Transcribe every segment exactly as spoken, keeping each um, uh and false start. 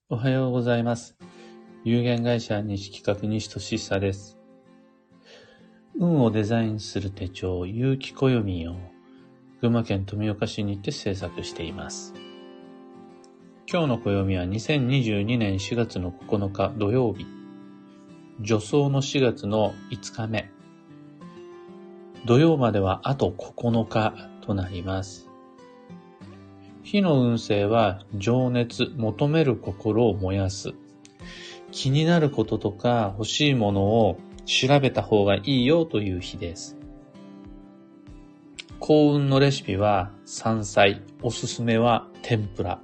おはようございます。有限会社西企画西俊久です。運をデザインする手帳、有機暦を群馬県富岡市にて制作しています。今日の暦はにせんにじゅうにねんしがつのここのか土曜日。助走のしがつのいつかめ。土曜まではあとここのかとなります。日の運勢は情熱、求める心を燃やす。気になることとか欲しいものを調べた方がいいよという日です。幸運のレシピは山菜、おすすめは天ぷら。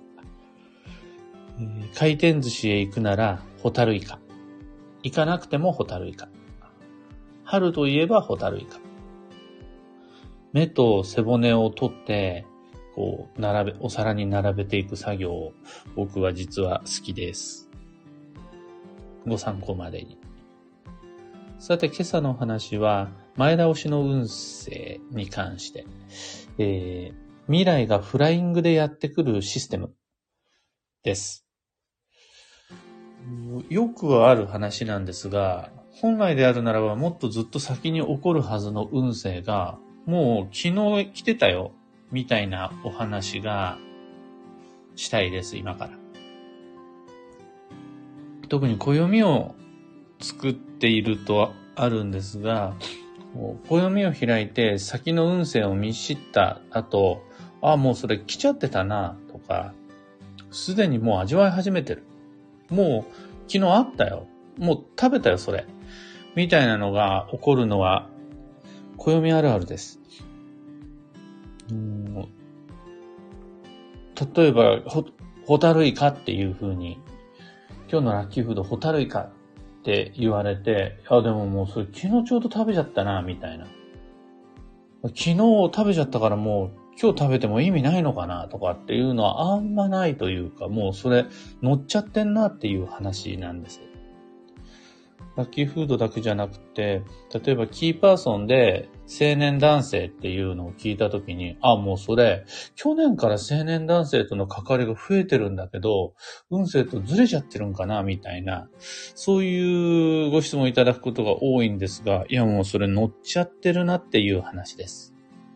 回転寿司へ行くならホタルイカ。行かなくてもホタルイカ。春といえばホタルイカ。目と背骨を取ってこう並べお皿に並べていく作業を僕は実は好きです。ご参考までに。さて今朝のお話は前倒しの運勢に関して、えー、未来がフライングでやってくるシステムです。よくある話なんですが、本来であるならばもっとずっと先に起こるはずの運勢がもう昨日来てたよみたいなお話がしたいです、今から。特に暦を作っているとあるんですが、暦を開いて先の運勢を見知った後、あ、もうそれ来ちゃってたなとか、すでにもう味わい始めてる。もう昨日あったよ。もう食べたよ、それ。みたいなのが起こるのは暦あるあるです。例えばホ、ホタルイカっていう風に、今日のラッキーフードホタルイカって言われて、あ、でももうそれ昨日ちょうど食べちゃったな、みたいな。昨日食べちゃったからもう今日食べても意味ないのかなとかっていうのはあんまないというか、もうそれ乗っちゃってんなっていう話なんです。ラッキーフードだけじゃなくて、例えばキーパーソンで青年男性っていうのを聞いたときに、あ、もうそれ、去年から青年男性との関わりが増えてるんだけど、運勢とずれちゃってるんかなみたいな、そういうご質問いただくことが多いんですが、いやもうそれ乗っちゃってるなっていう話です。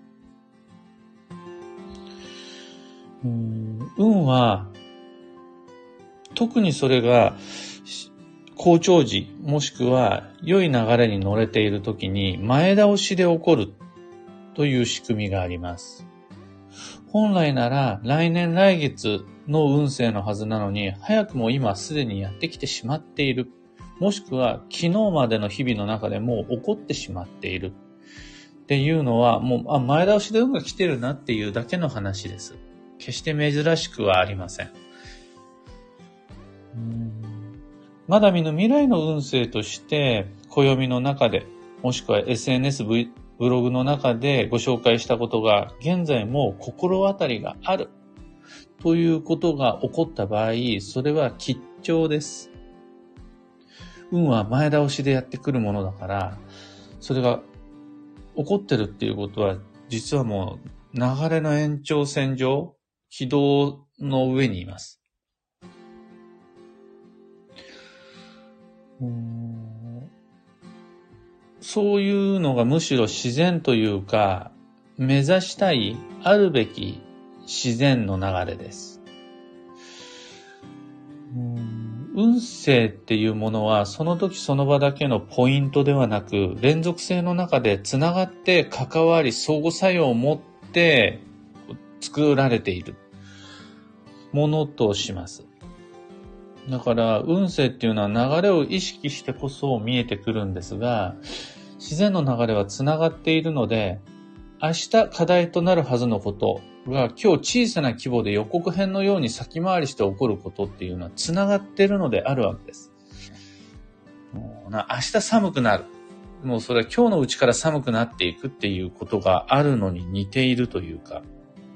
うーん、運は、特にそれが、好調時、もしくは良い流れに乗れているときに前倒しで起こるという仕組みがあります。本来なら来年来月の運勢のはずなのに、早くも今すでにやってきてしまっている。もしくは昨日までの日々の中でもう起こってしまっている。っていうのはもうあ前倒しで運が来てるなっていうだけの話です。決して珍しくはありません。うーんまだ見ぬ未来の運勢として、暦の中で、もしくは エスエヌエス、ブログの中でご紹介したことが、現在も心当たりがあるということが起こった場合、それは吉兆です。運は前倒しでやってくるものだから、それが起こってるっていうことは、実はもう流れの延長線上、軌道の上にいます。うーんそういうのがむしろ自然というか、目指したい、あるべき自然の流れです。うーん運勢っていうものはその時その場だけのポイントではなく、連続性の中でつながって関わり相互作用を持って作られているものとします。だから運勢っていうのは流れを意識してこそ見えてくるんですが、自然の流れはつながっているので、明日課題となるはずのことが今日小さな規模で予告編のように先回りして起こることっていうのはつながっているのであるわけです。もうな明日寒くなる。もうそれは今日のうちから寒くなっていくっていうことがあるのに似ているというか、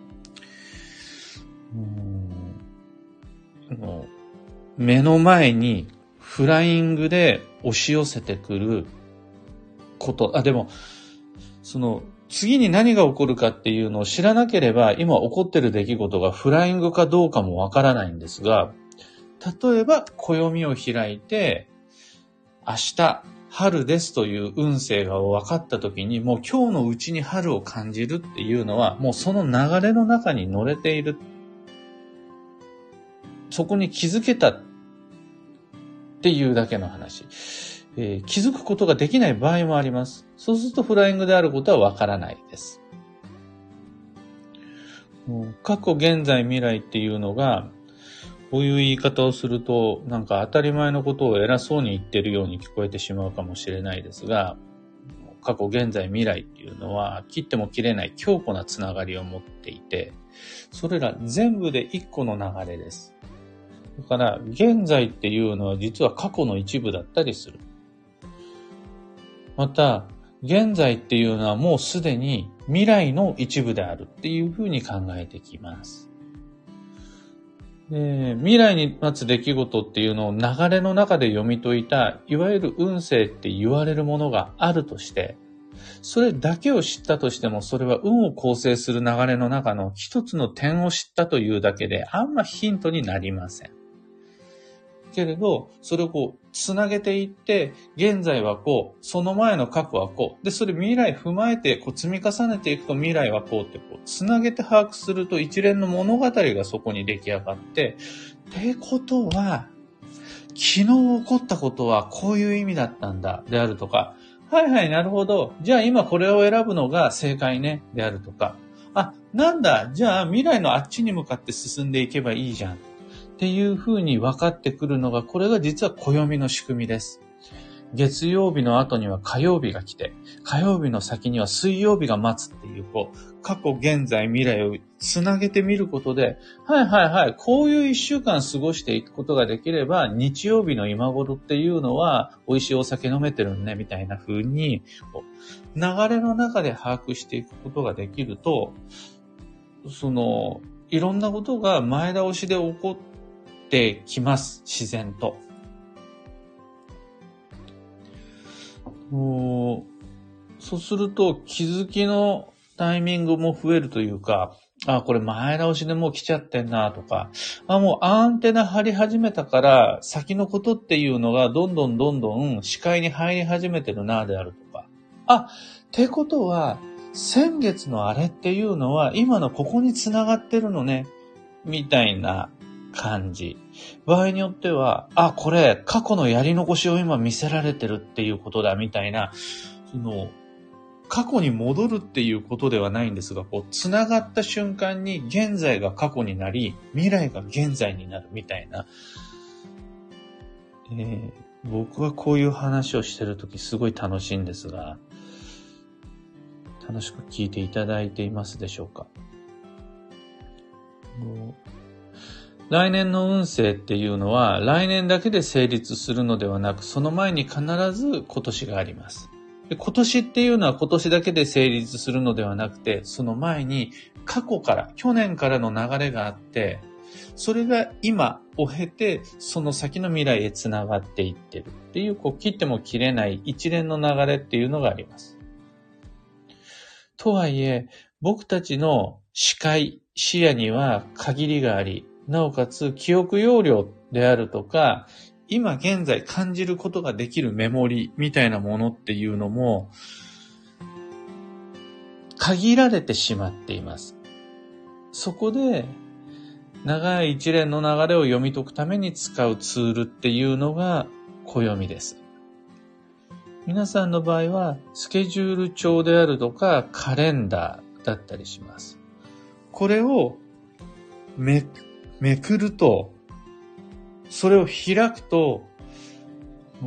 うーんもう目の前にフライングで押し寄せてくること。あ、でも、その、次に何が起こるかっていうのを知らなければ、今起こってる出来事がフライングかどうかもわからないんですが、 例えば暦を開いて、明日春ですという運勢が分かった時に、もう今日のうちに春を感じるっていうのは、もうその流れの中に乗れている。そこに気づけたっていうだけの話。えー、気づくことができない場合もあります。そうするとフライングであることは分からないです。過去、現在、未来っていうのが、こういう言い方をすると、なんか当たり前のことを偉そうに言ってるように聞こえてしまうかもしれないですが、過去、現在、未来っていうのは、切っても切れない強固なつながりを持っていて、それら全部で一個の流れです。だから、現在っていうのは実は過去の一部だったりする。また、現在っていうのはもうすでに未来の一部であるっていうふうに考えてきます。で、未来に待つ出来事っていうのを流れの中で読み解いた、いわゆる運勢って言われるものがあるとして、それだけを知ったとしても、それは運を構成する流れの中の一つの点を知ったというだけで、あんまヒントになりません。けれど、それをこう、つなげていって、現在はこう、その前の過去はこう、で、それ未来踏まえて、こう、積み重ねていくと未来はこうって、こう、つなげて把握すると一連の物語がそこに出来上がって、ってことは、昨日起こったことはこういう意味だったんだ、であるとか、はいはい、なるほど。じゃあ今これを選ぶのが正解ね、であるとか、あ、なんだ、じゃあ未来のあっちに向かって進んでいけばいいじゃん。っていう風に分かってくるのが、これが実は暦の仕組みです。月曜日の後には火曜日が来て、火曜日の先には水曜日が待つっていう、こう、過去、現在、未来をつなげてみることで、はいはいはい、こういう一週間過ごしていくことができれば、日曜日の今頃っていうのは、美味しいお酒飲めてるね、みたいな風に、流れの中で把握していくことができると、その、いろんなことが前倒しで起こっててきます。自然と。そうすると気づきのタイミングも増えるというか、あ、これ前倒しでもう来ちゃってんなとか、あ、もうアンテナ張り始めたから先のことっていうのがどんどんどんどん視界に入り始めてるなであるとか。あ、ってことは先月のあれっていうのは今のここに繋がってるのね、みたいな感じ。場合によっては、あ、これ過去のやり残しを今見せられてるっていうことだみたいな、その過去に戻るっていうことではないんですが、こう繋がった瞬間に現在が過去になり、未来が現在になるみたいな。えー、僕はこういう話をしてるときすごい楽しいんですが、楽しく聞いていただいていますでしょうか。来年の運勢っていうのは来年だけで成立するのではなく、その前に必ず今年があります。で、今年っていうのは今年だけで成立するのではなくて、その前に過去から、去年からの流れがあって、それが今を経て、その先の未来へつながっていってるっていう、こう切っても切れない一連の流れっていうのがあります。とはいえ、僕たちの視界、視野には限りがあり、なおかつ記憶容量であるとか、今現在感じることができるメモリみたいなものっていうのも限られてしまっています。そこで長い一連の流れを読み解くために使うツールっていうのが暦です。皆さんの場合はスケジュール帳であるとかカレンダーだったりします。これをめめくると、それを開くと、うん、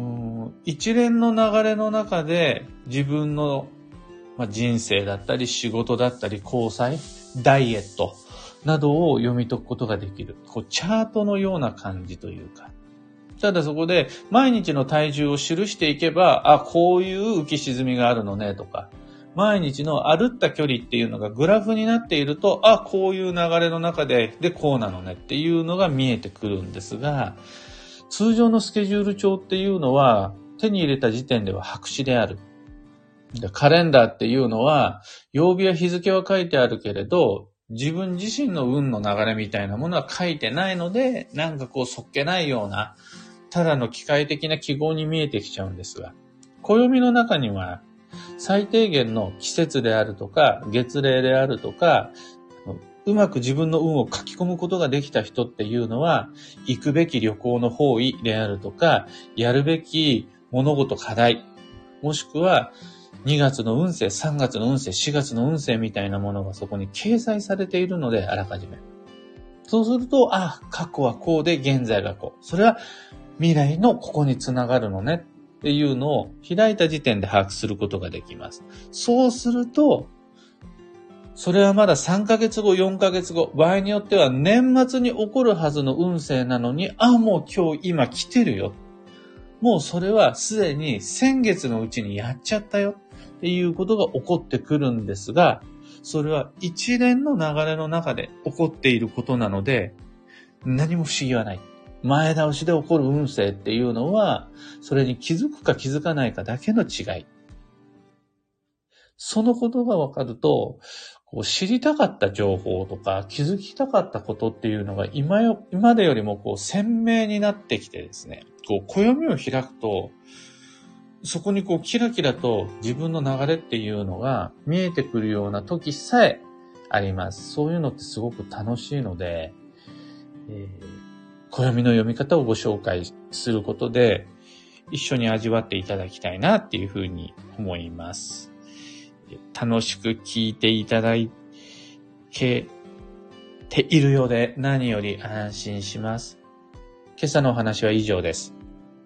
一連の流れの中で自分の、まあ、人生だったり仕事だったり交際、ダイエットなどを読み解くことができる。こうチャートのような感じというか。ただそこで毎日の体重を記していけば、あ、こういう浮き沈みがあるのねとか、毎日の歩った距離っていうのがグラフになっていると、あ、こういう流れの中で、で、こうなのねっていうのが見えてくるんですが、通常のスケジュール帳っていうのは、手に入れた時点では白紙である。で、カレンダーっていうのは、曜日や日付は書いてあるけれど、 自分自身の運の流れみたいなものは書いてないので、なんかこうそっけないような、ただの機械的な記号に見えてきちゃうんですが、暦の中には最低限の季節であるとか、月齢であるとか、うまく自分の運を書き込むことができた人っていうのは、行くべき旅行の方位であるとか、やるべき物事課題、もしくはにがつの運勢、さんがつの運勢、しがつの運勢みたいなものがそこに掲載されているので、あらかじめ。そうすると、あ、過去はこうで現在がこう。それは未来のここにつながるのねっていうのを開いた時点で把握することができます。そうすると、それはまださんかげつご、よんかげつご、場合によっては年末に起こるはずの運勢なのに、あ、もう今日今来てるよ。もうそれはすでに先月のうちにやっちゃったよっていうことが起こってくるんですが、それは一連の流れの中で起こっていることなので、何も不思議はない。前倒しで起こる運勢っていうのは、それに気づくか気づかないかだけの違い。そのことが分かると、こう知りたかった情報とか気づきたかったことっていうのが今よ、今でよりもこう鮮明になってきてですね、こう暦を開くと、そこにこうキラキラと自分の流れっていうのが見えてくるような時さえあります。そういうのってすごく楽しいので、えー、暦の読み方をご紹介することで一緒に味わっていただきたいなっていうふうに思います。楽しく聞いていただけているようで何より安心します。今朝のお話は以上です。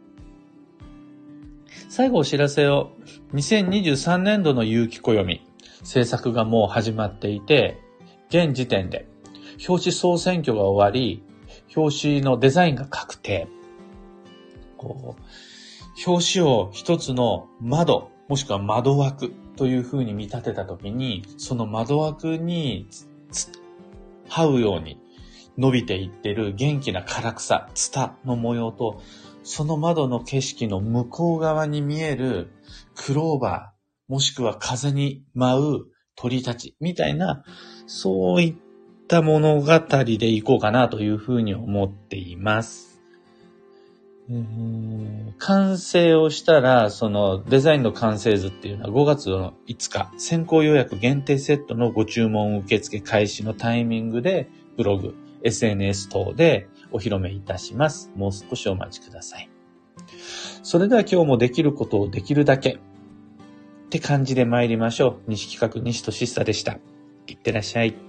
最後お知らせを、にせんにじゅうさんねんどの有機暦制作がもう始まっていて、現時点で表紙総選挙が終わり、表紙のデザインが確定。こう表紙を一つの窓、もしくは窓枠という風に見立てたときに、その窓枠に這うように伸びていってる元気な唐草、ツタの模様と、その窓の景色の向こう側に見えるクローバー、もしくは風に舞う鳥たちみたいな、そういった物語でいこうかなというふうに思っています。えー、完成をしたら、そのデザインの完成図っていうのはごがつのいつか、先行予約限定セットのご注文受付開始のタイミングで、ブログ、エスエヌエス 等でお披露目いたします。もう少しお待ちください。それでは今日もできることをできるだけって感じで参りましょう。西企画西俊久でした。いってらっしゃい。